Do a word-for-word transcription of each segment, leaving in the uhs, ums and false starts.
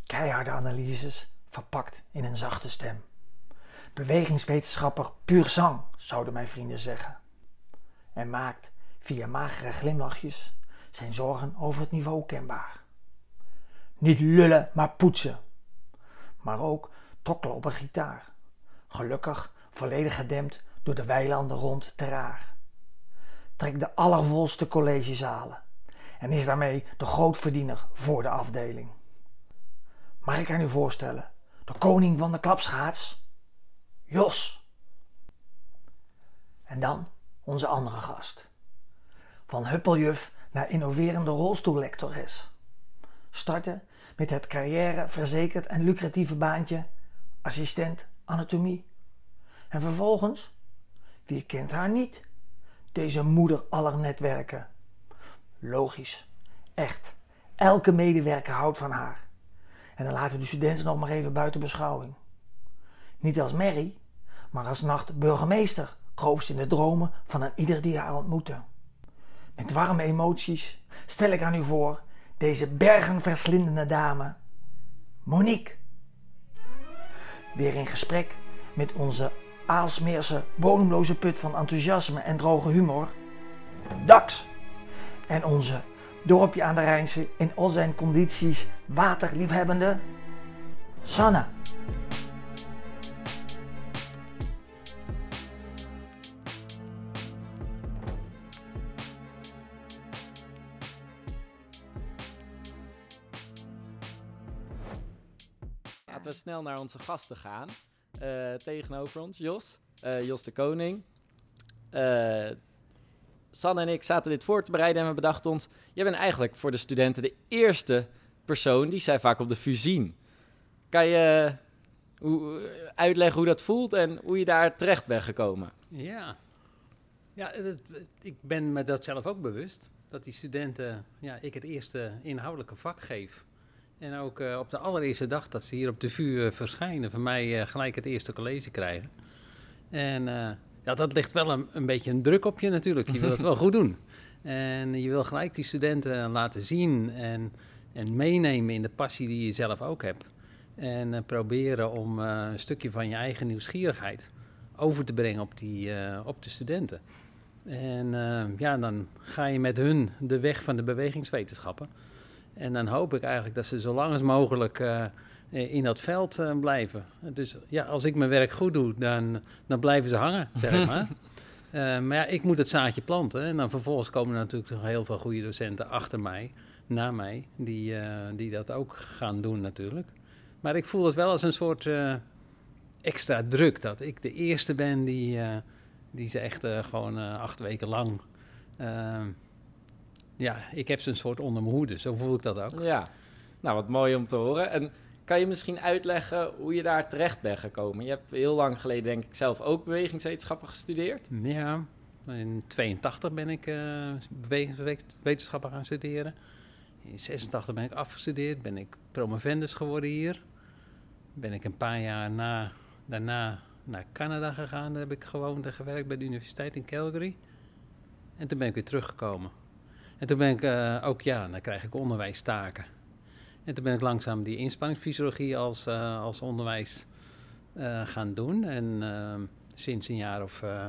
Keiharde analyses verpakt in een zachte stem. Bewegingswetenschapper puur zang, zouden mijn vrienden zeggen. En maakt via magere glimlachjes zijn zorgen over het niveau kenbaar. Niet lullen, maar poetsen. Maar ook tokkelen op een gitaar. Gelukkig volledig gedempt door de weilanden rond Ter Aar. Trekt de allervolste collegezalen en is daarmee de grootverdiener voor de afdeling. Mag ik aan u voorstellen, de koning van de klapschaats, Jos. En dan onze andere gast. Van huppeljuf naar innoverende rolstoellectores. Starten met het carrière verzekerd en lucratieve baantje assistent anatomie. En vervolgens, wie kent haar niet? Deze moeder aller netwerken. Logisch, echt, elke medewerker houdt van haar. En dan laten de studenten nog maar even buiten beschouwing. Niet als Mary, maar als nachtburgemeester kroop ze in de dromen van een ieder die haar ontmoette. Met warme emoties stel ik aan u voor deze bergenverslindende dame, Monique. Weer in gesprek met onze Aalsmeerse bodemloze put van enthousiasme en droge humor, Dax. En onze dorpje aan de Rijnse in al zijn condities waterliefhebbende Sanne. Laten we snel naar onze gasten gaan. Uh, tegenover ons, Jos. Uh, Jos de Koning. Uh, Sanne en ik zaten dit voor te bereiden en we bedachten ons, jij bent eigenlijk voor de studenten de eerste persoon die zij vaak op de V U zien. Kan je uh, hoe, uitleggen hoe dat voelt en hoe je daar terecht bent gekomen? Ja, ja het, ik ben me dat zelf ook bewust. Dat die studenten, ja, ik het eerste inhoudelijke vak geef. En ook uh, op de allereerste dag dat ze hier op de V U uh, verschijnen, van mij uh, gelijk het eerste college krijgen. En uh, ja, dat ligt wel een, een beetje een druk op je natuurlijk. Je wil het wel goed doen. En je wil gelijk die studenten laten zien en, en meenemen in de passie die je zelf ook hebt. En uh, proberen om uh, een stukje van je eigen nieuwsgierigheid over te brengen op, die, uh, op de studenten. En uh, ja, dan ga je met hun de weg van de bewegingswetenschappen. En dan hoop ik eigenlijk dat ze zo lang als mogelijk uh, in dat veld uh, blijven. Dus ja, als ik mijn werk goed doe, dan, dan blijven ze hangen, zeg maar. uh, maar ja, ik moet het zaadje planten. En dan vervolgens komen er natuurlijk nog heel veel goede docenten achter mij, na mij, die, uh, die dat ook gaan doen natuurlijk. Maar ik voel het wel als een soort uh, extra druk, dat ik de eerste ben die, uh, die ze echt uh, gewoon uh, acht weken lang... Uh, Ja, ik heb ze een soort onder mijn hoede, zo voel ik dat ook. Ja, nou wat mooi om te horen. En kan je misschien uitleggen hoe je daar terecht bent gekomen? Je hebt heel lang geleden denk ik zelf ook bewegingswetenschappen gestudeerd. Ja, in tweeëntachtig ben ik uh, bewegingswetenschappen gaan studeren. In zesentachtig ben ik afgestudeerd, ben ik promovendus geworden hier. Ben ik een paar jaar na, daarna naar Canada gegaan, daar heb ik gewoond en gewerkt bij de universiteit in Calgary. En toen ben ik weer teruggekomen. En toen ben ik uh, ook, ja, dan krijg ik onderwijstaken. En toen ben ik langzaam die inspanningsfysiologie als, uh, als onderwijs uh, gaan doen. En uh, sinds een jaar of uh,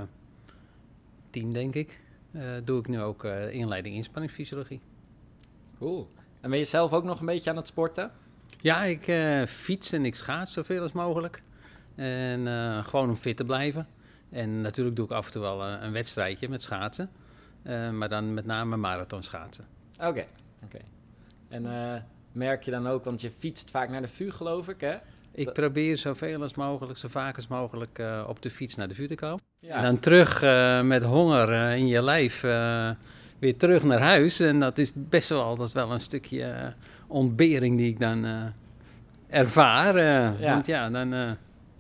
tien, denk ik, uh, doe ik nu ook uh, inleiding inspanningsfysiologie. Cool. En ben je zelf ook nog een beetje aan het sporten? Ja, ik uh, fiets en ik schaats zoveel als mogelijk. En uh, gewoon om fit te blijven. En natuurlijk doe ik af en toe wel een, een wedstrijdje met schaatsen. Uh, maar dan met name marathonschaatsen. Oké, okay, oké. Okay. En uh, merk je dan ook, want je fietst vaak naar de V U geloof ik, hè? Ik dat... probeer zoveel als mogelijk, zo vaak als mogelijk uh, op de fiets naar de V U te komen. Ja. En dan terug uh, met honger uh, in je lijf uh, weer terug naar huis. En dat is best wel altijd wel een stukje uh, ontbering die ik dan uh, ervaar. Uh, ja. Want ja, dan... Uh,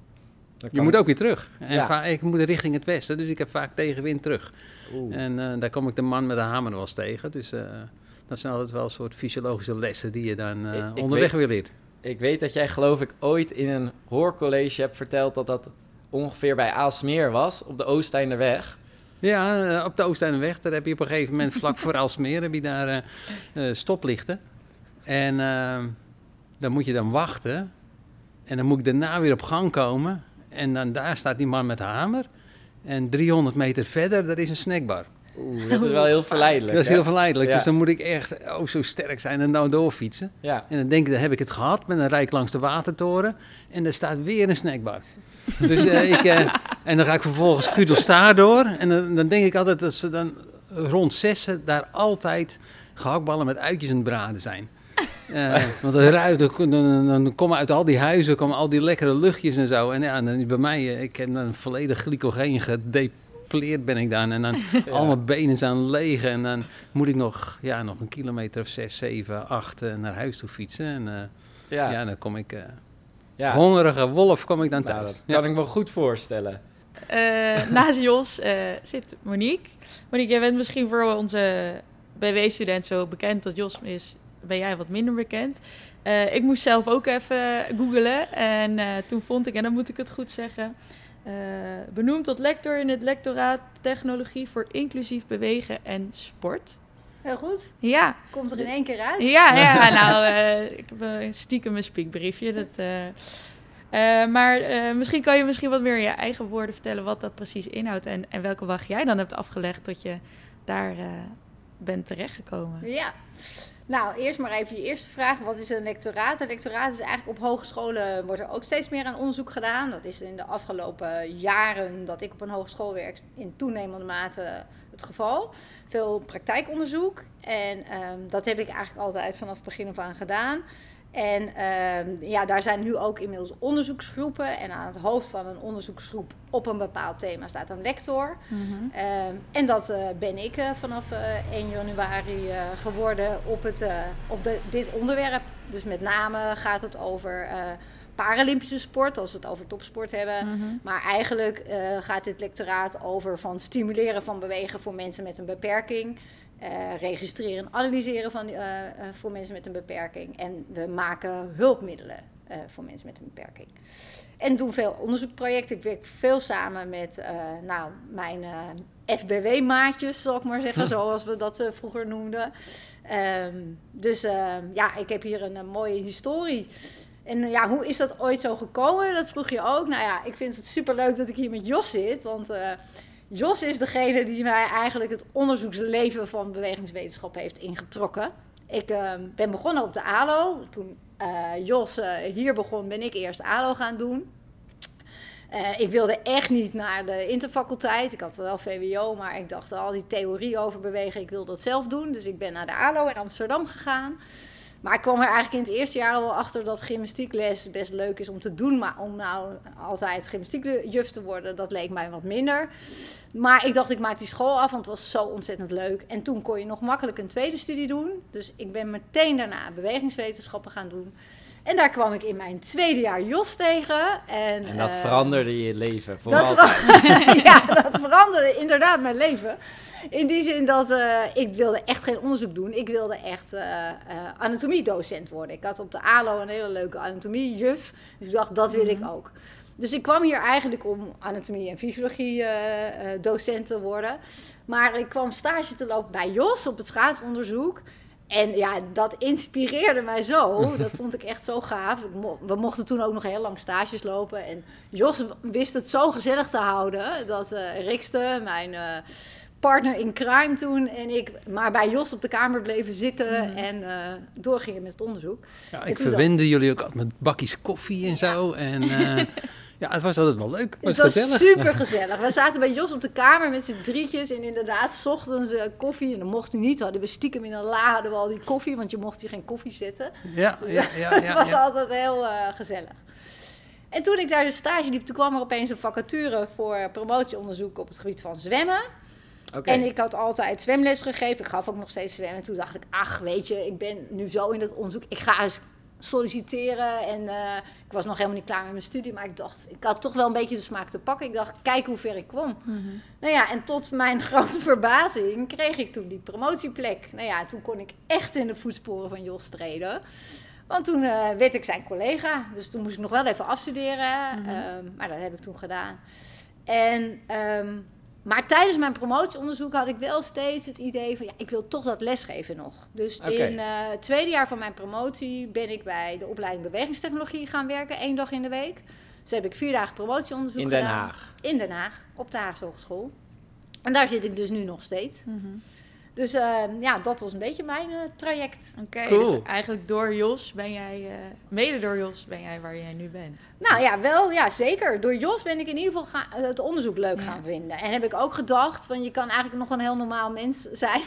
je moet ook weer terug. En ja. va- ik moet richting het westen, dus ik heb vaak tegenwind terug. Oeh. En uh, daar kom ik de man met de hamer wel eens tegen. Dus uh, dat zijn altijd wel een soort fysiologische lessen die je dan uh, ik, ik onderweg weet, weer leert. Ik weet dat jij geloof ik ooit in een hoorcollege hebt verteld dat dat ongeveer bij Aalsmeer was, op de Oosteinderweg. Ja, uh, op de Oosteinderweg. Daar heb je op een gegeven moment vlak voor Aalsmeer heb je daar uh, uh, stoplichten. En uh, dan moet je dan wachten. En dan moet ik daarna weer op gang komen. En dan daar staat die man met de hamer. En driehonderd meter verder, daar is een snackbar. Oeh, dat is wel heel verleidelijk. Dat is hè? heel verleidelijk. Ja. Dus dan moet ik echt oh, zo sterk zijn en dan doorfietsen. Ja. En dan denk ik, dan heb ik het gehad. En dan rijd ik langs de watertoren. En er staat weer een snackbar. Dus uh, ik... Uh, en dan ga ik vervolgens Kudelstaar door. En dan, dan denk ik altijd dat ze dan rond zessen daar altijd gehaktballen met uitjes aan het braden zijn. Uh, want dan, ruikt, dan, dan, dan komen uit al die huizen komen al die lekkere luchtjes en zo. En ja, dan bij mij, uh, ik heb dan volledig glycogeen gedepleerd ben ik dan. En dan ja. al mijn benen zijn leeg. En dan moet ik nog, ja, nog een kilometer of zes, zeven, acht uh, naar huis toe fietsen. En uh, ja. ja, dan kom ik... Uh, ja. Hongerige wolf kom ik dan thuis. Nou, dat ja. kan ik me goed voorstellen. Uh, naast Jos uh, zit Monique. Monique, jij bent misschien voor onze B W-student zo bekend dat Jos is. Ben jij wat minder bekend. Uh, ik moest zelf ook even googlen. En uh, toen vond ik, en dan moet ik het goed zeggen... Uh, benoemd tot lector in het lectoraat Technologie voor inclusief bewegen en sport. Heel goed. Ja. Komt er in één keer uit. Ja, ja nou, uh, ik heb een stiekem een spiekbriefje. Dat, uh, uh, maar uh, misschien kan je misschien wat meer in je eigen woorden vertellen wat dat precies inhoudt. En, en welke wacht jij dan hebt afgelegd tot je daar uh, bent terechtgekomen. Ja. Nou, eerst maar even je eerste vraag. Wat is een lectoraat? Een lectoraat is eigenlijk op hogescholen wordt er ook steeds meer aan onderzoek gedaan. Dat is in de afgelopen jaren dat ik op een hogeschool werk in toenemende mate het geval. Veel praktijkonderzoek. En um, dat heb ik eigenlijk altijd vanaf het begin af aan gedaan. En um, ja, daar zijn nu ook inmiddels onderzoeksgroepen. En aan het hoofd van een onderzoeksgroep op een bepaald thema staat een lector. Mm-hmm. Um, en dat uh, ben ik uh, vanaf uh, één januari uh, geworden op, het, uh, op de, dit onderwerp. Dus met name gaat het over uh, Paralympische sport, als we het over topsport hebben. Mm-hmm. Maar eigenlijk uh, gaat dit lectoraat over van stimuleren van bewegen voor mensen met een beperking. Uh, registreren en analyseren van, uh, uh, voor mensen met een beperking. En we maken hulpmiddelen uh, voor mensen met een beperking. En doen veel onderzoekprojecten. Ik werk veel samen met uh, nou, mijn uh, F B W-maatjes, zal ik maar zeggen, hm. zoals we dat uh, vroeger noemden. Um, dus uh, ja, ik heb hier een, een mooie historie. En uh, ja, hoe is dat ooit zo gekomen? Dat vroeg je ook. Nou ja, ik vind het superleuk dat ik hier met Jos zit, want... Uh, Jos is degene die mij eigenlijk het onderzoeksleven van bewegingswetenschap heeft ingetrokken. Ik uh, ben begonnen op de A L O. Toen uh, Jos uh, hier begon, ben ik eerst A L O gaan doen. Uh, ik wilde echt niet naar de interfaculteit. Ik had wel V W O, maar ik dacht al die theorie over bewegen, ik wil dat zelf doen. Dus ik ben naar de A L O in Amsterdam gegaan. Maar ik kwam er eigenlijk in het eerste jaar al wel achter dat gymnastiekles best leuk is om te doen. Maar om nou altijd gymnastiekjuf te worden, dat leek mij wat minder. Maar ik dacht, ik maak die school af, want het was zo ontzettend leuk. En toen kon je nog makkelijk een tweede studie doen. Dus ik ben meteen daarna bewegingswetenschappen gaan doen. En daar kwam ik in mijn tweede jaar Jos tegen. En, en dat uh, veranderde je leven voor dat altijd. Ver- ja, dat veranderde inderdaad mijn leven. In die zin dat uh, ik wilde echt geen onderzoek doen. Ik wilde echt uh, uh, anatomiedocent worden. Ik had op de A L O een hele leuke anatomiejuf. Dus ik dacht, dat wil ik ook. Dus ik kwam hier eigenlijk om anatomie en fysiologie uh, uh, docent te worden. Maar ik kwam stage te lopen bij Jos op het schaatsonderzoek. En ja, dat inspireerde mij zo. Dat vond ik echt zo gaaf. Ik mo- we mochten toen ook nog heel lang stages lopen. En Jos wist het zo gezellig te houden. Dat uh, Rikste, mijn uh, partner in crime toen, en ik maar bij Jos op de kamer bleven zitten. Mm. En uh, doorgingen met het onderzoek. Ja, ik verwende dacht... jullie ook altijd met bakjes koffie en zo. Ja. En... Uh, Ja, het was altijd wel leuk. Het was, het was gezellig. super gezellig. We zaten bij Jos op de kamer met z'n drietjes. En inderdaad, 's ochtends uh, koffie. En dat mocht hij niet. Hadden we stiekem in een la hadden we al die koffie. Want je mocht hier geen koffie zetten. Ja, dus ja, ja. ja, het was ja. altijd heel uh, gezellig. En toen ik daar dus stage liep, toen kwam er opeens een vacature voor promotieonderzoek op het gebied van zwemmen. Okay. En ik had altijd zwemles gegeven. Ik gaf ook nog steeds zwemmen. En toen dacht ik, ach, weet je, ik ben nu zo in dat onderzoek. Ik ga eens solliciteren en uh, ik was nog helemaal niet klaar met mijn studie, maar ik dacht, ik had toch wel een beetje de smaak te pakken. Ik dacht, kijk hoe ver ik kwam. Mm-hmm. Nou ja, en tot mijn grote verbazing kreeg ik toen die promotieplek. Nou ja, toen kon ik echt in de voetsporen van Jos treden. Want toen uh, werd ik zijn collega, dus toen moest ik nog wel even afstuderen, mm-hmm. um, maar dat heb ik toen gedaan. En um, Maar tijdens mijn promotieonderzoek had ik wel steeds het idee van... ja, ik wil toch dat lesgeven nog. Dus Oké. in uh, het tweede jaar van mijn promotie ben ik bij de opleiding bewegingstechnologie gaan werken. één dag in de week. Dus heb ik vier dagen promotieonderzoek In gedaan. Den Haag. In Den Haag, op de Haagse Hogeschool. En daar zit ik dus nu nog steeds. Mm-hmm. Dus uh, ja, dat was een beetje mijn uh, traject. Oké, okay, Cool. dus eigenlijk door Jos ben jij, uh, mede door Jos ben jij waar jij nu bent. Nou ja, wel, ja, zeker. Door Jos ben ik in ieder geval ga, het onderzoek leuk Ja. gaan vinden. En heb ik ook gedacht, van je kan eigenlijk nog een heel normaal mens zijn.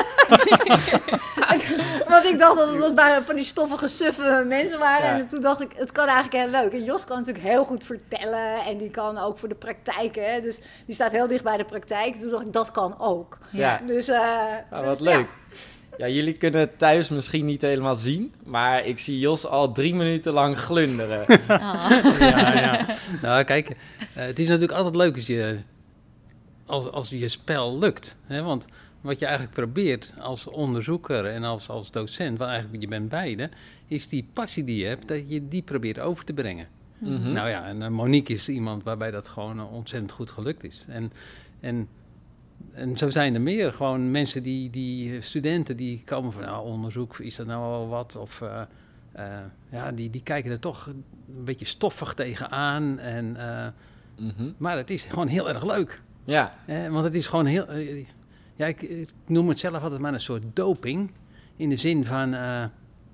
Want ik dacht dat het bij van die stoffige, suffe mensen waren. Ja. En toen dacht ik, het kan eigenlijk heel leuk. En Jos kan natuurlijk heel goed vertellen. En die kan ook voor de praktijk, hè. Dus die staat heel dicht bij de praktijk. Toen dacht ik, dat kan ook. Ja. Dus, uh, Nou, dus wat leuk. Ja. Ja, jullie kunnen het thuis misschien niet helemaal zien, maar ik zie Jos al drie minuten lang glunderen. Ah. Ja, ja. Nou, kijk, uh, het is natuurlijk altijd leuk als je, als, als je spel lukt. Hè? Want wat je eigenlijk probeert als onderzoeker en als, als docent, want eigenlijk je bent beide, is die passie die je hebt, dat je die probeert over te brengen. Mhm. Nou ja, en uh, Monique is iemand waarbij dat gewoon uh, ontzettend goed gelukt is. En, en, en zo zijn er meer. Gewoon mensen die, die studenten die komen van nou, onderzoek, is dat nou wel wat? Of uh, uh, ja, die, die kijken er toch een beetje stoffig tegenaan. En, uh, Mhm. maar het is gewoon heel erg leuk. Ja, Eh, want het is gewoon heel... Uh, ja, ik, ik noem het zelf altijd maar een soort doping. In de zin van, uh,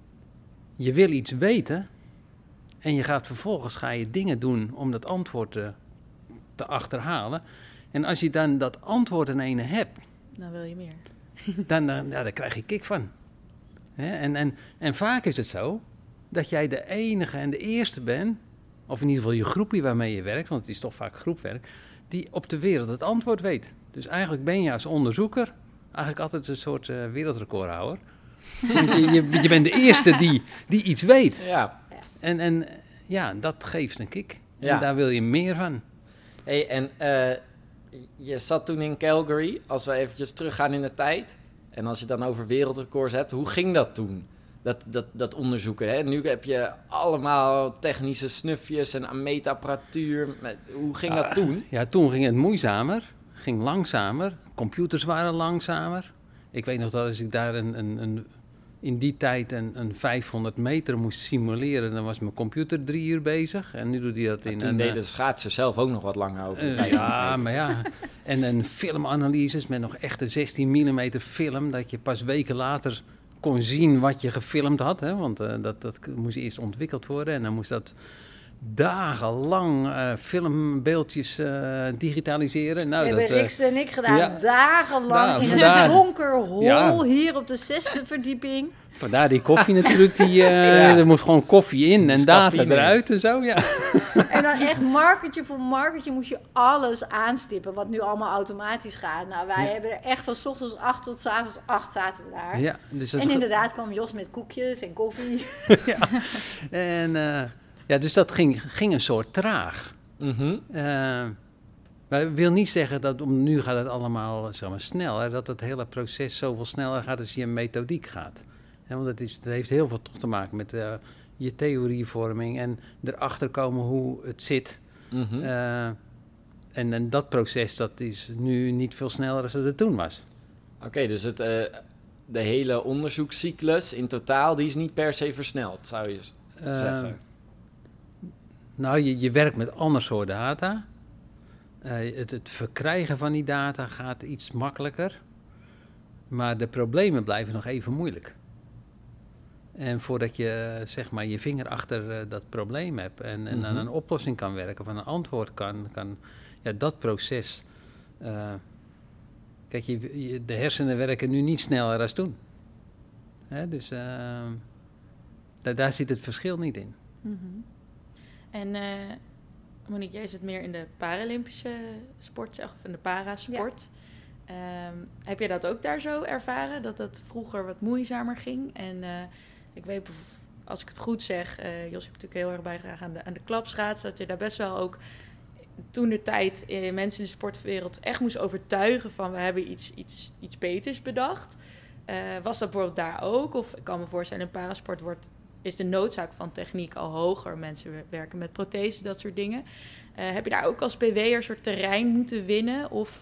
je wil iets weten en je gaat vervolgens ga je dingen doen om dat antwoord te, te achterhalen. En als je dan dat antwoord in ene hebt, Dan wil je meer. dan, dan, ja, daar krijg je kick van. Hè? En, en, en vaak is het zo dat jij de enige en de eerste bent, of in ieder geval je groepje waarmee je werkt, want het is toch vaak groepwerk, die op de wereld het antwoord weet. Dus eigenlijk ben je als onderzoeker eigenlijk altijd een soort uh, wereldrecordhouder. Want je, je, je bent de eerste die, die iets weet. ja. En, en ja, dat geeft een kick. Ja. En daar wil je meer van. Hey, en uh, je zat toen in Calgary, als we eventjes teruggaan in de tijd. En als je dan over wereldrecords hebt, hoe ging dat toen? Dat, dat, dat onderzoeken, hè? Nu heb je allemaal technische snufjes en meetapparatuur. Met- Hoe ging dat Ah, toen? Ja, toen ging het moeizamer, ging langzamer. Computers waren langzamer. Ik weet nog dat als ik daar een, een, een, in die tijd een, een vijfhonderd meter moest simuleren, dan was mijn computer drie uur bezig. En nu doet hij dat En in toen een... deden eh, de schaatsers zelf ook nog wat langer over. eh, vijfhonderd ja, meter. maar ja. En een filmanalyses met nog echte zestien millimeter film, dat je pas weken later kon zien wat je gefilmd had. Hè? Want uh, dat, dat moest eerst ontwikkeld worden en dan moest dat dagenlang uh, filmbeeldjes uh, digitaliseren. Nou, hebben dat, uh, Rix en ik gedaan, ja. dagenlang Ja, in vandaar. een donker hol Ja. hier op de zesde verdieping. vandaar die koffie natuurlijk. Die, uh, Ja. Er moet gewoon koffie in en Dus data cafeïne. eruit en zo. Ja. En dan echt markertje voor markertje moest je alles aanstippen, wat nu allemaal automatisch gaat. Nou, wij Ja. hebben er echt van 's ochtends acht tot 's avonds acht zaten we daar. Ja, dus dat En is- inderdaad kwam Jos met koekjes en koffie. en, uh, ja, dus dat ging, ging een soort traag. Mhm. Uh, maar dat wil niet zeggen dat om, nu gaat het allemaal zeg maar, sneller, dat het hele proces zoveel sneller gaat als je een methodiek gaat. Hè, want het, is, het heeft heel veel toch te maken met uh, je theorievorming en erachter komen hoe het zit. Mhm. Uh, en, en dat proces dat is nu niet veel sneller dan het toen was. Oké, dus het, uh, de hele onderzoekscyclus in totaal, die is niet per se versneld, zou je s- Uh, zeggen. Nou, je, je werkt met ander soort data. Uh, het, het verkrijgen van die data gaat iets makkelijker. Maar de problemen blijven nog even moeilijk. En voordat je uh, zeg maar je vinger achter uh, dat probleem hebt en, en aan Mhm. een oplossing kan werken, of aan een antwoord kan, kan ja, dat proces. Uh, kijk, je, je, de hersenen werken nu niet sneller dan toen. Hè, dus uh, da, daar zit het verschil niet in. Mm-hmm. En uh, Monique, jij zit meer in de Paralympische sport, zeg, of in de parasport. Um, heb je dat ook daar zo ervaren, dat het vroeger wat moeizamer ging? En uh, ik weet, als ik het goed zeg, uh, Jos heeft natuurlijk heel erg bijgedragen aan de, aan de klapschaats, dat je daar best wel ook toen de tijd uh, mensen in de sportwereld echt moest overtuigen van we hebben iets, iets, iets beters bedacht. Uh, was dat bijvoorbeeld daar ook? Of ik kan me voorstellen, in parasport wordt, is de noodzaak van techniek al hoger. Mensen werken met protheses, dat soort dingen. Uh, heb je daar ook als P W'er een soort terrein moeten winnen? Of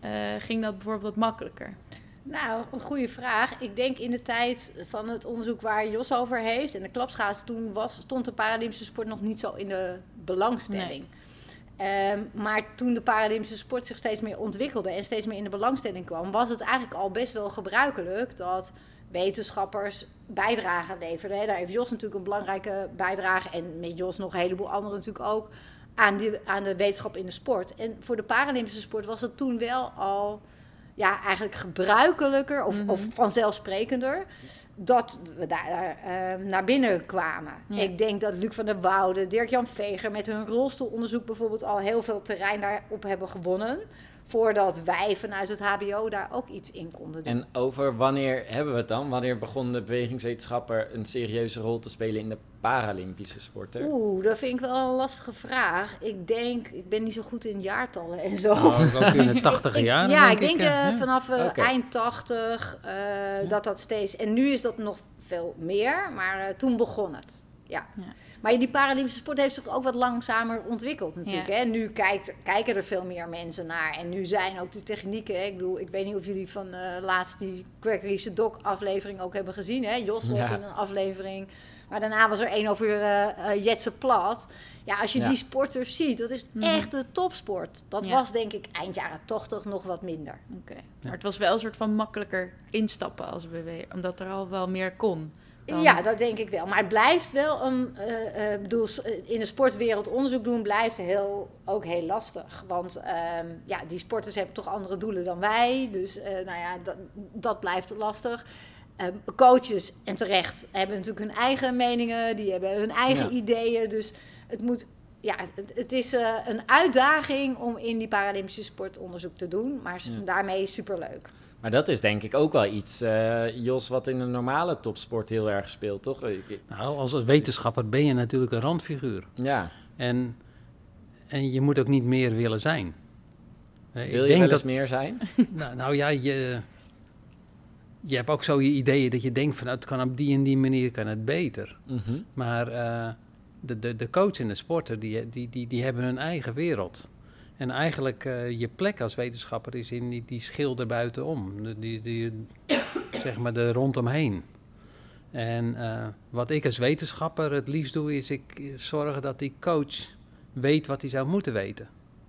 uh, ging dat bijvoorbeeld wat makkelijker? Nou, een goede vraag. Ik denk in de tijd van het onderzoek waar Jos over heeft... en de klapschaatsen, toen was, stond de Paralympische sport nog niet zo in de belangstelling. Nee. Um, maar toen de Paralympische sport zich steeds meer ontwikkelde... en steeds meer in de belangstelling kwam... was het eigenlijk al best wel gebruikelijk dat wetenschappers bijdrage leverden. Hè. Daar heeft Jos natuurlijk een belangrijke bijdrage... en met Jos nog een heleboel anderen natuurlijk ook... aan, die, aan de wetenschap in de sport. En voor de Paralympische sport was het toen wel al... ja, eigenlijk gebruikelijker of, mm-hmm. of vanzelfsprekender... dat we daar uh, naar binnen kwamen. Ja. Ik denk dat Luc van der Woude, Dirk-Jan Veger... met hun rolstoelonderzoek bijvoorbeeld al heel veel terrein daarop hebben gewonnen... voordat wij vanuit het H B O daar ook iets in konden doen. En over wanneer hebben we het dan? Wanneer begon de bewegingswetenschapper een serieuze rol te spelen in de Paralympische sporten? Oeh, dat vind ik wel een lastige vraag. Ik denk, ik ben niet zo goed in jaartallen en zo. Oh, ook in de tachtige jaren? Ja, denk ik denk ik, uh, uh, vanaf uh, okay. eind tachtig uh, ja. dat dat steeds... En nu is dat nog veel meer, maar uh, toen begon het. Ja. ja. Maar die Paralympische sport heeft zich ook wat langzamer ontwikkeld natuurlijk. Ja. Hè? Nu kijkt, kijken er veel meer mensen naar. En nu zijn ook de technieken... Hè? Ik bedoel, ik weet niet of jullie van uh, laatst die Crackery's Doc aflevering ook hebben gezien. Hè? Jos was ja. in een aflevering. Maar daarna was er één over uh, uh, Jetse Plat. Ja, als je ja. die sporters ziet, dat is mm-hmm. echt de topsport. Dat ja. was denk ik eind jaren tachtig nog wat minder. Oké, okay. Maar het was wel een soort van makkelijker instappen als B W, omdat er al wel meer kon. Dan... Ja, dat denk ik wel. Maar het blijft wel een... Uh, uh, bedoel, in de sportwereld onderzoek doen blijft heel, ook heel lastig. Want uh, ja, die sporters hebben toch andere doelen dan wij. Dus uh, nou ja, dat, dat blijft lastig. Uh, coaches, en terecht, hebben natuurlijk hun eigen meningen. Die hebben hun eigen ja. ideeën. Dus het moet... Ja, het, het is uh, een uitdaging om in die Paralympische sport onderzoek te doen. Maar ja. daarmee superleuk. Maar dat is denk ik ook wel iets, uh, Jos, wat in de normale topsport heel erg speelt, toch? Nou, als wetenschapper ben je natuurlijk een randfiguur. Ja. En, en je moet ook niet meer willen zijn. Wil ik je denk wel eens dat, meer zijn? Nou, nou ja, je, je hebt ook zo je ideeën dat je denkt van... het kan op die en die manier kan het beter. Mm-hmm. Maar uh, de, de, de coach en de sporter, die, die, die, die hebben hun eigen wereld... En eigenlijk uh, je plek als wetenschapper is in die, die schil buitenom, die, die, zeg maar de rondomheen. En uh, wat ik als wetenschapper het liefst doe, is ik zorg dat die coach weet wat hij zou moeten weten.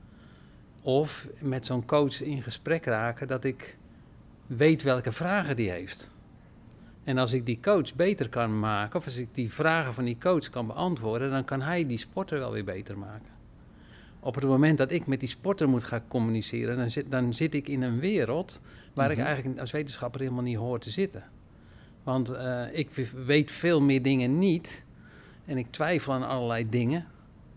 Of met zo'n coach in gesprek raken dat ik weet welke vragen die heeft. En als ik die coach beter kan maken, of als ik die vragen van die coach kan beantwoorden, dan kan hij die sporter wel weer beter maken. Op het moment dat ik met die sporter moet gaan communiceren, dan zit, dan zit ik in een wereld waar mm-hmm. ik eigenlijk als wetenschapper helemaal niet hoor te zitten. Want uh, ik weet veel meer dingen niet en ik twijfel aan allerlei dingen.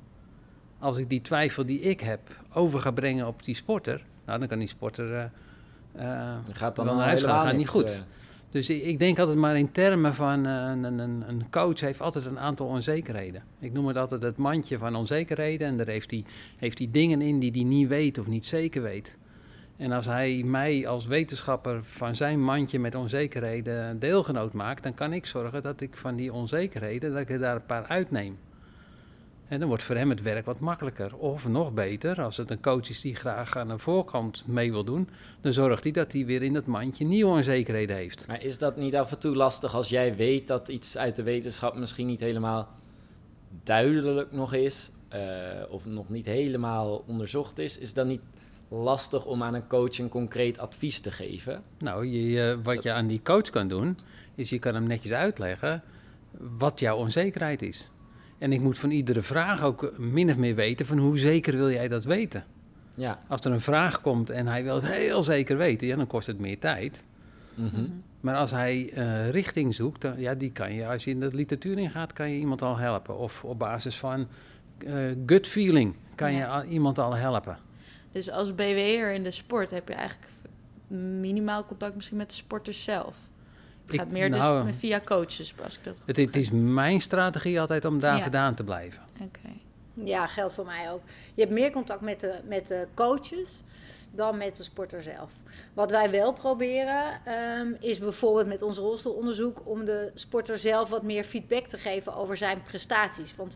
Als ik die twijfel die ik heb over ga brengen op die sporter, nou, dan kan die sporter uh, uh, gaat dan wel naar huis gaan, dat gaat niet goed. Uh, Dus ik, ik denk altijd maar in termen van uh, een, een, een coach heeft altijd een aantal onzekerheden. Ik noem het altijd het mandje van onzekerheden. En daar heeft hij, heeft hij dingen in die hij niet weet of niet zeker weet. En als hij mij als wetenschapper van zijn mandje met onzekerheden deelgenoot maakt, dan kan ik zorgen dat ik van die onzekerheden, dat ik er daar een paar uitneem. En dan wordt voor hem het werk wat makkelijker. Of nog beter, als het een coach is die graag aan de voorkant mee wil doen, dan zorgt hij dat hij weer in dat mandje nieuwe onzekerheden heeft. Maar is dat niet af en toe lastig als jij weet dat iets uit de wetenschap misschien niet helemaal duidelijk nog is, uh, of nog niet helemaal onderzocht is? Is dat niet lastig om aan een coach een concreet advies te geven? Nou, je, uh, wat dat... je aan die coach kan doen, is je kan hem netjes uitleggen wat jouw onzekerheid is. En ik moet van iedere vraag ook min of meer weten van hoe zeker wil jij dat weten. Ja. Als er een vraag komt en hij wil het heel zeker weten, ja, dan kost het meer tijd. Mm-hmm. Maar als hij uh, richting zoekt, dan, ja, die kan je, als je in de literatuur ingaat, kan je iemand al helpen. Of op basis van uh, gut feeling kan ja. je al, iemand al helpen. Dus als B W'er in de sport heb je eigenlijk minimaal contact misschien met de sporters zelf. Het gaat ik, meer nou, dus via coaches, als ik dat goed het, het is mijn strategie altijd om daar ja. vandaan te blijven. Okay. Ja, geldt voor mij ook. Je hebt meer contact met de, met de coaches dan met de sporter zelf. Wat wij wel proberen, um, is bijvoorbeeld met ons rolstoelonderzoek om de sporter zelf wat meer feedback te geven over zijn prestaties. Want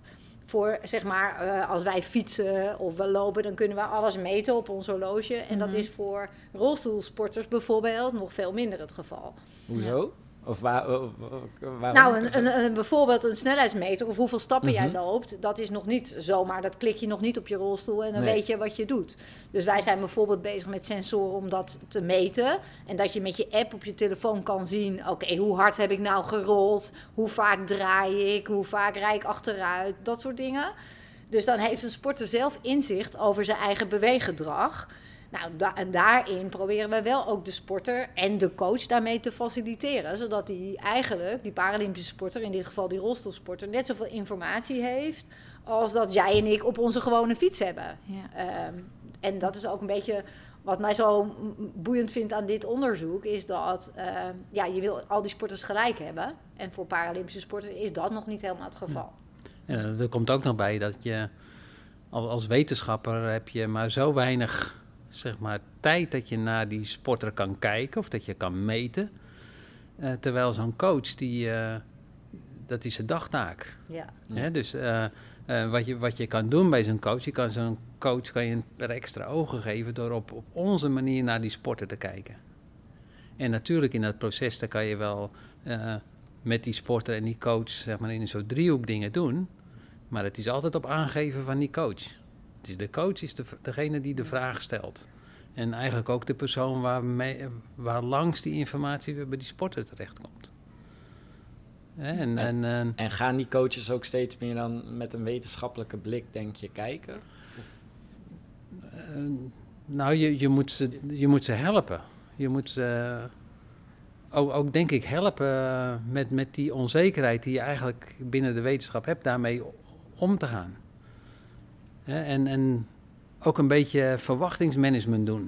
Voor, zeg maar, uh, als wij fietsen of we lopen, dan kunnen we alles meten op ons horloge. En Mm-hmm. dat is voor rolstoelsporters bijvoorbeeld nog veel minder het geval. Hoezo? Of waar, uh, waarom? Nou, een, een, een, bijvoorbeeld een snelheidsmeter of hoeveel stappen Mm-hmm. jij loopt, dat is nog niet zomaar, dat klik je nog niet op je rolstoel en dan Nee. weet je wat je doet. Dus wij zijn bijvoorbeeld bezig met sensoren om dat te meten. En dat je met je app op je telefoon kan zien, oké, okay, hoe hard heb ik nou gerold? Hoe vaak draai ik? Hoe vaak rijd ik achteruit? Dat soort dingen. Dus dan heeft een sporter zelf inzicht over zijn eigen beweeggedrag. Nou, da- en daarin proberen we wel ook de sporter en de coach daarmee te faciliteren. Zodat die eigenlijk, die Paralympische sporter, in dit geval die rolstoelsporter, net zoveel informatie heeft als dat jij en ik op onze gewone fiets hebben. Ja. Um, en dat is ook een beetje wat mij zo boeiend vindt aan dit onderzoek, is dat uh, ja, je wil al die sporters gelijk hebben. En voor Paralympische sporters is dat nog niet helemaal het geval. Ja, er komt ook nog bij dat je als wetenschapper heb je maar zo weinig, zeg maar, tijd dat je naar die sporter kan kijken of dat je kan meten. Uh, terwijl zo'n coach, die, uh, dat is zijn dagtaak. Ja. Ja. Hè? Dus uh, uh, wat, je, wat je kan doen bij zo'n coach, je kan zo'n coach kan je een extra ogen geven door op, op onze manier naar die sporter te kijken. En natuurlijk in dat proces, daar kan je wel uh, met die sporter en die coach, zeg maar, in een soort driehoek dingen doen. Maar het is altijd op aangeven van die coach. Dus de coach is de, degene die de vraag stelt. En eigenlijk ook de persoon waarmee, waar langs die informatie bij die sporter terechtkomt. En, En, en, en, en gaan die coaches ook steeds meer dan met een wetenschappelijke blik, denk je, kijken? uh, nou, je, je, moet ze, je moet ze helpen. Je moet ze ook, ook denk ik, helpen met, met die onzekerheid die je eigenlijk binnen de wetenschap hebt, daarmee om te gaan. Ja, en, en ook een beetje verwachtingsmanagement doen.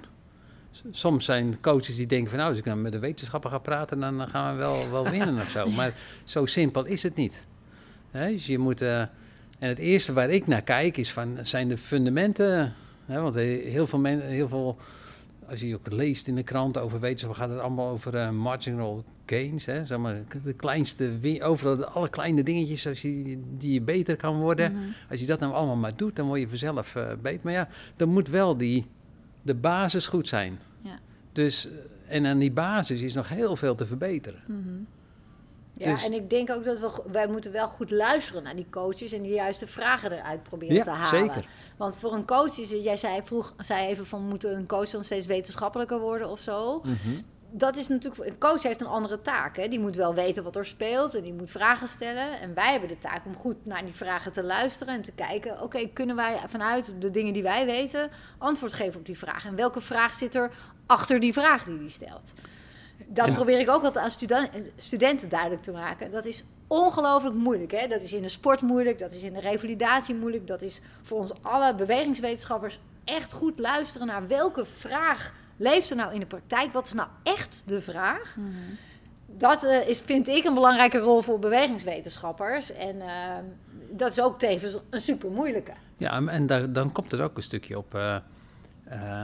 Soms zijn coaches die denken van, nou, als ik dan met de wetenschapper ga praten, dan gaan we wel, wel winnen of zo. Maar zo simpel is het niet. He, dus je moet, uh, en het eerste waar ik naar kijk is van, zijn de fundamenten. Hè, want heel veel, men, heel veel, als je ook leest in de krant over wetenschap, gaat het allemaal over uh, marginal gains. Hè, zeg maar, de kleinste, overal de alle kleine dingetjes als je, die je beter kan worden. Mm-hmm. Als je dat nou allemaal maar doet, dan word je vanzelf uh, beter. Maar ja, dan moet wel die, de basis goed zijn. Ja. Dus, en aan die basis is nog heel veel te verbeteren. Mm-hmm. Ja, Dus- en ik denk ook dat we, wij moeten wel goed luisteren naar die coaches en de juiste vragen eruit proberen Ja, te halen. zeker. Want voor een coach is het, jij zei, vroeg, zei even van, moet een coach dan steeds wetenschappelijker worden of zo? Mm-hmm. Dat is natuurlijk, een coach heeft een andere taak. Hè? Die moet wel weten wat er speelt en die moet vragen stellen. En wij hebben de taak om goed naar die vragen te luisteren en te kijken, oké, okay, kunnen wij vanuit de dingen die wij weten antwoord geven op die vraag? En welke vraag zit er achter die vraag die die stelt? Dat En- probeer ik ook altijd aan studen- studenten duidelijk te maken. Dat is ongelooflijk moeilijk. Hè? Dat is in de sport moeilijk, dat is in de revalidatie moeilijk. Dat is voor ons alle bewegingswetenschappers echt goed luisteren naar welke vraag leeft er nou in de praktijk. Wat is nou echt de vraag? Mm-hmm. Dat uh, is, vind ik, een belangrijke rol voor bewegingswetenschappers. En uh, dat is ook tevens een super moeilijke. Ja, en daar, dan komt er ook een stukje op, uh, uh,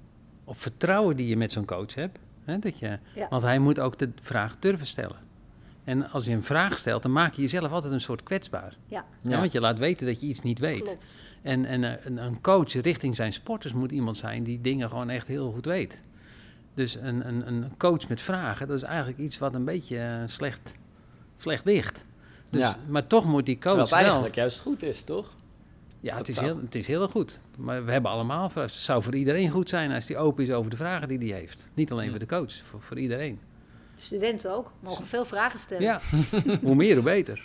op vertrouwen die je met zo'n coach hebt. Hè, dat je, Ja. Want hij moet ook de vraag durven stellen. En als je een vraag stelt, dan maak je jezelf altijd een soort kwetsbaar. Ja, Ja. Ja. Want je laat weten dat je iets niet weet. klopt. En, en uh, een, een coach richting zijn sporters moet iemand zijn die dingen gewoon echt heel goed weet. Dus een, een, een coach met vragen, dat is eigenlijk iets wat een beetje uh, slecht, slecht ligt. Dus, Ja. Maar toch moet die coach Terwijl het wel... eigenlijk juist goed is, toch? Ja, het is, Totaal. heel, het is heel goed. Maar we hebben allemaal... vragen. Het zou voor iedereen goed zijn als hij open is over de vragen die hij heeft. Niet alleen Ja. voor de coach, voor, voor iedereen. Studenten ook, mogen veel vragen stellen. Ja, hoe meer, hoe beter.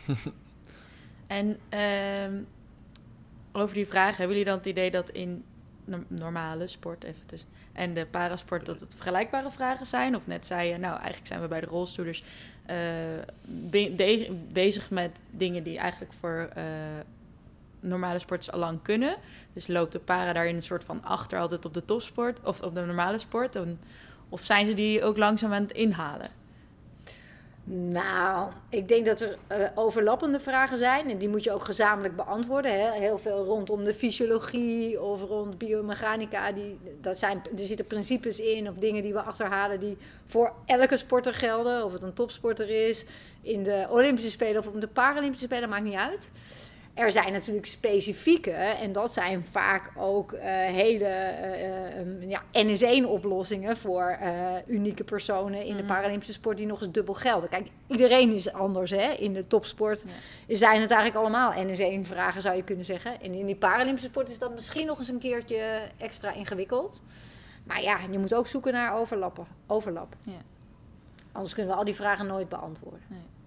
En ehm, over die vraag, hebben jullie dan het idee dat in no- normale sport even tussen, en de parasport dat het vergelijkbare vragen zijn? Of net zei je, nou eigenlijk zijn we bij de rolstoelers uh, be- de- bezig met dingen die eigenlijk voor uh, normale sporters al lang kunnen. Dus loopt de para daarin een soort van achter altijd op de topsport of op de normale sport? En, of zijn ze die ook langzaam aan het inhalen? Nou, ik denk dat er uh, overlappende vragen zijn en die moet je ook gezamenlijk beantwoorden. Hè? Heel veel rondom de fysiologie of rond biomechanica. Die, dat zijn, er zitten principes in of dingen die we achterhalen die voor elke sporter gelden. Of het een topsporter is, in de Olympische Spelen of op de Paralympische Spelen, maakt niet uit. Er zijn natuurlijk specifieke, en dat zijn vaak ook uh, hele uh, um, ja, N S één oplossingen voor uh, unieke personen in mm. de Paralympische sport die nog eens dubbel gelden. Kijk, iedereen is anders, hè. In de topsport ja. zijn het eigenlijk allemaal N S één vragen, zou je kunnen zeggen. En in die Paralympische sport is dat misschien nog eens een keertje extra ingewikkeld. Maar ja, je moet ook zoeken naar overlappen, overlap. Ja. Anders kunnen we al die vragen nooit beantwoorden.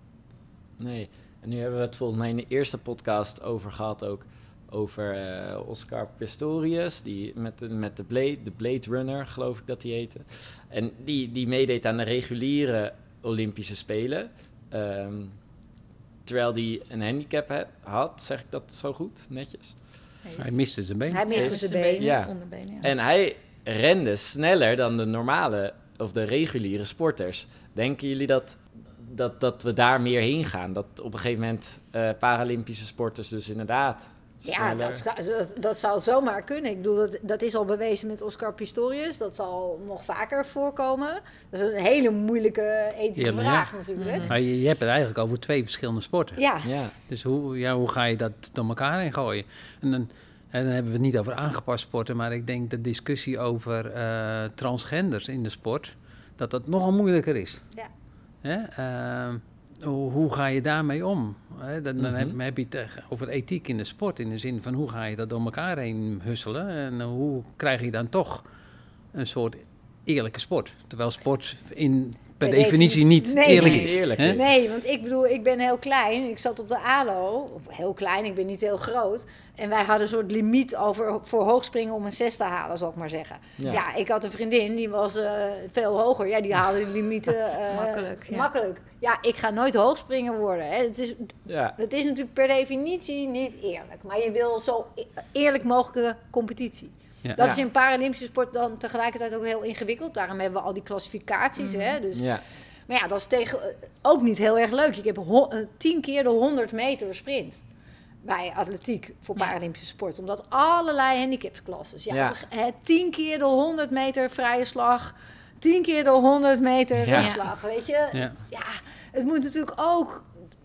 Nee. nee. En nu hebben we het volgens mij in de eerste podcast over gehad ook over uh, Oscar Pistorius, die met de, met de Blade, de Blade Runner, geloof ik dat die heette. En die, die meedeed aan de reguliere Olympische Spelen. Um, terwijl die een handicap he, had, zeg ik dat zo goed, netjes? Hij miste zijn been. Hij miste zijn been. Ja. Onderbeen, ja. En hij rende sneller dan de normale of de reguliere sporters. Denken jullie dat... Dat, dat we daar meer heen gaan. Dat op een gegeven moment uh, Paralympische sporters dus inderdaad Ja, dat, dat, dat zou zomaar kunnen. Ik bedoel, dat, dat is al bewezen met Oscar Pistorius. Dat zal nog vaker voorkomen. Dat is een hele moeilijke ethische ja, vraag ja. natuurlijk. Mm-hmm. Maar je, je hebt het eigenlijk over twee verschillende sporten. Ja. ja. Dus hoe, ja, hoe ga je dat door elkaar heen gooien? En dan, en dan hebben we het niet over aangepast sporten, maar ik denk de discussie over uh, transgenders in de sport, dat dat nogal moeilijker is. Ja. Hè? Uh, hoe, hoe ga je daarmee om? Hè? Dan, dan Mm-hmm. heb, heb je het over ethiek in de sport, in de zin van hoe ga je dat door elkaar heen husselen en hoe krijg je dan toch een soort eerlijke sport? Terwijl sport in, per, per definitie niet nee, eerlijk nee. is. Eerlijk hè? is. Nee, want ik bedoel, ik ben heel klein. Ik zat op de A L O, of heel klein, ik ben niet heel groot. En wij hadden een soort limiet over, voor hoogspringen om een zes te halen, zal ik maar zeggen. Ja, Ja. ik had een vriendin, die was uh, veel hoger. Ja, die haalde die limieten uh, Makkelijk, ja. makkelijk. Ja, ik ga nooit hoogspringer worden. Hè. Het is, Ja. het is natuurlijk per definitie niet eerlijk. Maar je wil zo e- eerlijk mogelijke competitie. Ja. Dat Ja. is in Paralympische sport dan tegelijkertijd ook heel ingewikkeld. Daarom hebben we al die klassificaties. Mhm. Hè. Dus, Ja. maar ja, dat is tegen, ook niet heel erg leuk. Ik heb ho- uh, tien keer de honderd meter sprint bij atletiek voor Ja. Paralympische sport. Omdat allerlei handicapsklasses. Ja, Ja. het tien keer de honderd meter vrije slag. Tien keer de honderd meter Ja. rugslag, weet je. Ja. Ja, het moet natuurlijk ook...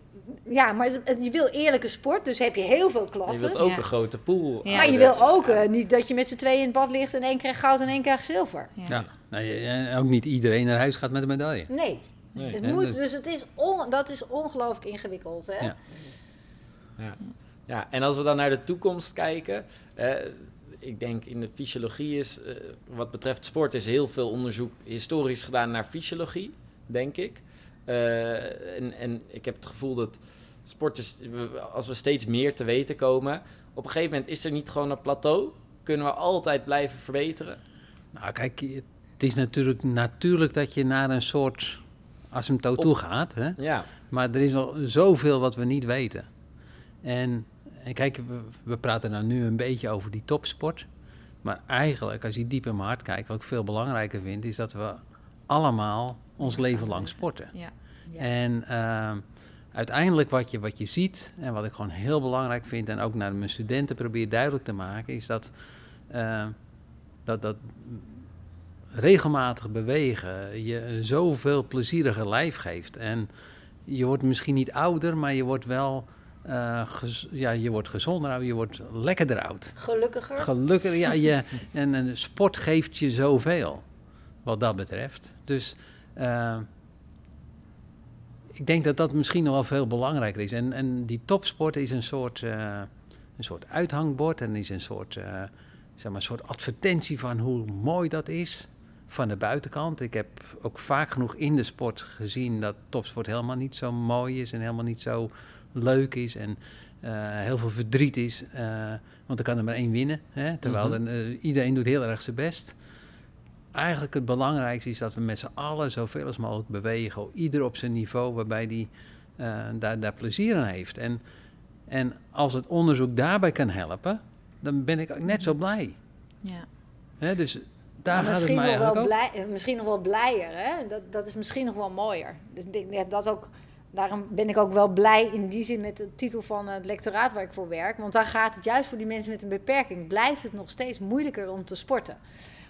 Ja, maar je wil eerlijke sport, dus heb je heel veel Je klasses. wilt ook Ja. een grote pool. Ja. Maar je wil ook uh, niet dat je met z'n tweeën in het bad ligt en één krijgt goud en één krijgt zilver. Ja. Ja. Nou, je- en ook niet iedereen naar huis gaat met een medaille. Nee. Nee. Het hè, moet, dus- dus het is on, dat is ongelooflijk ingewikkeld. Hè? Ja. Ja. Ja, en als we dan naar de toekomst kijken, eh, ik denk in de fysiologie is, eh, wat betreft sport, is heel veel onderzoek historisch gedaan naar fysiologie, denk ik. Uh, en, en ik heb het gevoel dat sporters, we- als we steeds meer te weten komen, op een gegeven moment is er niet gewoon een plateau. Kunnen we altijd blijven verbeteren? Nou, kijk, het is natuurlijk natuurlijk dat je naar een soort asymptoot toe gaat. Hè? Ja, Maar er is nog zoveel wat we niet weten. En, en kijk, we, we praten nou nu een beetje over die topsport. Maar eigenlijk, als je diep in mijn hart kijkt, wat ik veel belangrijker vind, is dat we allemaal ons leven lang sporten. Ja. Ja. En uh, uiteindelijk wat je, wat je ziet, en wat ik gewoon heel belangrijk vind, en ook naar mijn studenten probeer duidelijk te maken, is dat, uh, dat, dat regelmatig bewegen je zoveel plezierige lijf geeft. En je wordt misschien niet ouder, maar je wordt wel uh, gez- ja, je wordt gezonder, je wordt lekkerder oud. Gelukkiger. Gelukkig, ja, je, en, en sport geeft je zoveel, wat dat betreft. Dus uh, ik denk dat dat misschien nog wel veel belangrijker is. En, en die topsport is een soort, uh, een soort uithangbord en is een soort, uh, zeg maar, een soort advertentie van hoe mooi dat is van de buitenkant. Ik heb ook vaak genoeg in de sport gezien dat topsport helemaal niet zo mooi is en helemaal niet zo leuk is en uh, heel veel verdriet is. Uh, want er kan er maar één winnen, hè? Terwijl Mhm. dan, uh, iedereen doet heel erg zijn best. Eigenlijk het belangrijkste is dat we met z'n allen zoveel als mogelijk bewegen. Ieder op zijn niveau waarbij die uh, daar, daar plezier aan heeft. En, en als het onderzoek daarbij kan helpen, dan ben ik ook net zo blij. Ja. Hè, dus daar Maar gaat het misschien, mij nog wel eigenlijk ook. blij, misschien nog wel blijer. Hè? Dat, dat is misschien nog wel mooier. Dus ik denk ja, dat ook, daarom ben ik ook wel blij in die zin met de titel van het lectoraat waar ik voor werk. Want daar gaat het juist voor die mensen met een beperking. Blijft het nog steeds moeilijker om te sporten.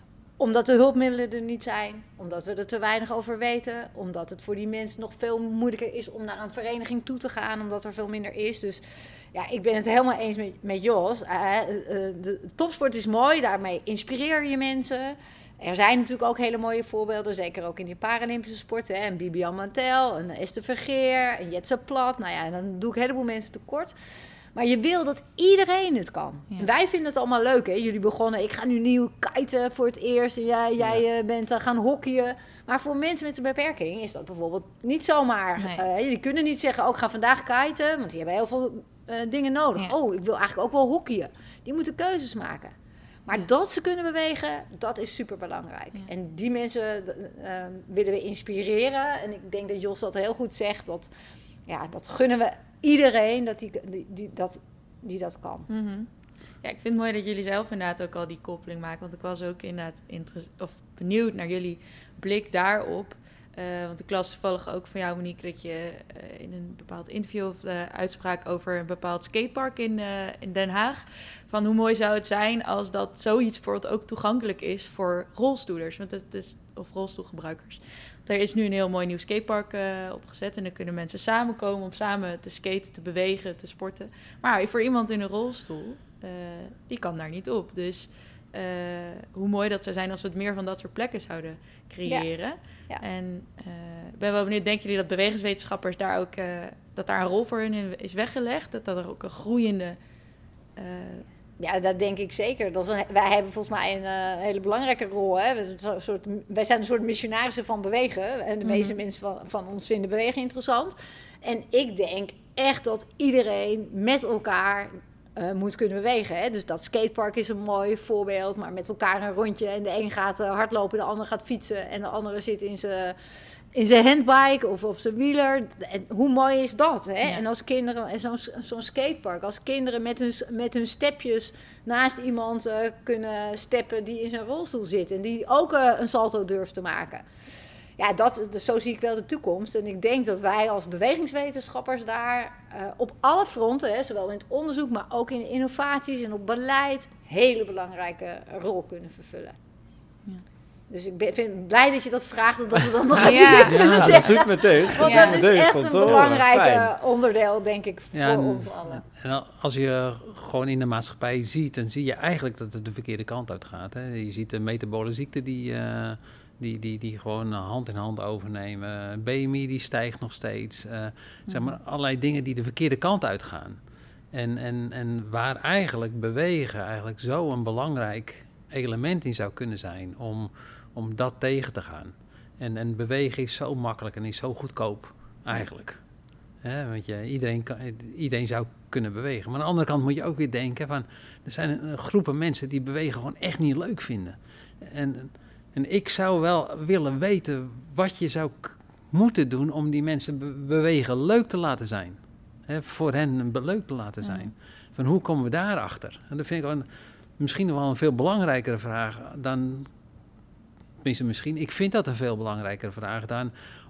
Omdat de hulpmiddelen er niet zijn, omdat we er te weinig over weten, omdat het voor die mensen nog veel moeilijker is om naar een vereniging toe te gaan, omdat er veel minder is. Dus ja, ik ben het helemaal eens met, met Jos. Uh, uh, de topsport is mooi, daarmee inspireer je mensen. Er zijn natuurlijk ook hele mooie voorbeelden, zeker ook in die Paralympische sporten. Hè? Een Bibian Mantel, een Esther Vergeer, een Jetse Plat. Nou ja, en dan doe ik een heleboel mensen tekort. Maar je wil dat iedereen het kan. Ja. En wij vinden het allemaal leuk, hè? Jullie begonnen, ik ga nu nieuw kiten voor het eerst. En jij, jij Ja. uh, bent uh, gaan hockeyen. Maar voor mensen met een beperking is dat bijvoorbeeld niet zomaar. Nee. Uh, jullie kunnen niet zeggen, oh, ik ga vandaag kiten. Want die hebben heel veel uh, dingen nodig. Ja. Oh, ik wil eigenlijk ook wel hockeyen. Die moeten keuzes maken. Maar Ja. dat ze kunnen bewegen, dat is super belangrijk. Ja. En die mensen uh, willen we inspireren. En ik denk dat Jos dat heel goed zegt. Dat, ja, dat gunnen we iedereen dat die, die, die, dat, die dat kan. Mm-hmm. Ja, ik vind het mooi dat jullie zelf inderdaad ook al die koppeling maken. Want ik was ook inderdaad interes- of benieuwd naar jullie blik daarop. Uh, want ik las toevallig ook van jou, Monique, dat je uh, in een bepaald interview of uh, uitspraak over een bepaald skatepark in, uh, in Den Haag. Van hoe mooi zou het zijn als dat zoiets bijvoorbeeld ook toegankelijk is voor rolstoelers. Want het is, of rolstoelgebruikers. Er is nu een heel mooi nieuw skatepark uh, opgezet. En dan kunnen mensen samenkomen om samen te skaten, te bewegen, te sporten. Maar voor iemand in een rolstoel, uh, die kan daar niet op. Dus uh, hoe mooi dat zou zijn als we het meer van dat soort plekken zouden creëren. Ja. Ja. En ik uh, ben wel benieuwd, denken jullie dat bewegingswetenschappers daar ook, uh, dat daar een rol voor hun in is weggelegd? Dat dat er ook een groeiende... Uh, Ja, dat denk ik zeker. Dat is een, wij hebben volgens mij een uh, hele belangrijke rol. Hè? We, een soort, wij zijn een soort missionarissen van bewegen. En de meeste mm-hmm. mensen van, van ons vinden bewegen interessant. En ik denk echt dat iedereen met elkaar uh, moet kunnen bewegen. Hè? Dus dat skatepark is een mooi voorbeeld. Maar met elkaar een rondje. En de een gaat uh, hardlopen, de ander gaat fietsen. En de andere zit in zijn... in zijn handbike of op zijn wieler. En hoe mooi is dat, hè? Ja. En als kinderen, en zo'n, zo'n skatepark, als kinderen met hun, met hun stepjes naast iemand uh, kunnen steppen die in zijn rolstoel zit en die ook uh, een salto durft te maken. Ja, dat, zo zie ik wel de toekomst. En ik denk dat wij als bewegingswetenschappers daar uh, op alle fronten, hè, zowel in het onderzoek, maar ook in innovaties en op beleid, hele belangrijke rol kunnen vervullen. Ja. Dus ik ben vind blij dat je dat vraagt, dat we dan nog even ja. kunnen ja, zeggen. dat doet me deugd. Want Ja. dat is Deugd echt van een toren. belangrijk Fijn. onderdeel, denk ik, voor Ja, en, ons allen. En als je gewoon in de maatschappij ziet, dan zie je eigenlijk dat het de verkeerde kant uit gaat. Hè. Je ziet de metabole ziekten die, uh, die, die, die gewoon hand in hand overnemen. B M I die stijgt nog steeds. Uh, mm. Zeg maar allerlei dingen die de verkeerde kant uitgaan. En, en, en waar eigenlijk bewegen eigenlijk zo een belangrijk element in zou kunnen zijn om... om dat tegen te gaan. En, en bewegen is zo makkelijk en is zo goedkoop, eigenlijk. He, want je, iedereen, kan, iedereen zou kunnen bewegen. Maar aan de andere kant moet je ook weer denken van... er zijn een, groepen mensen die bewegen gewoon echt niet leuk vinden. En, en ik zou wel willen weten wat je zou k- moeten doen... om die mensen be- bewegen leuk te laten zijn. He, voor hen leuk te laten zijn. Ja. Van hoe komen we daarachter? En dat vind ik wel, misschien wel een veel belangrijkere vraag dan... Tenminste, misschien. Ik vind dat een veel belangrijkere vraag dan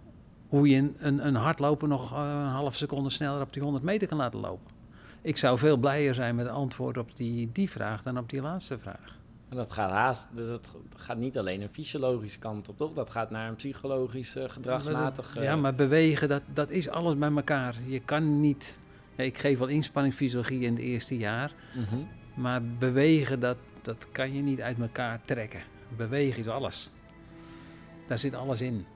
hoe je een, een, een hardloper nog uh, een half seconde sneller op die honderd meter kan laten lopen. Ik zou veel blijer zijn met het antwoord op die, die vraag dan op die laatste vraag. En dat gaat haast, dat gaat niet alleen een fysiologische kant op, toch? Dat gaat naar een psychologische, gedragsmatige... Ja, maar bewegen, dat, dat is alles bij elkaar. Je kan niet... Ja, ik geef wel inspanningsfysiologie in het eerste jaar. Mm-hmm. Maar bewegen, dat, dat kan je niet uit elkaar trekken. Bewegen is alles. Daar zit alles in.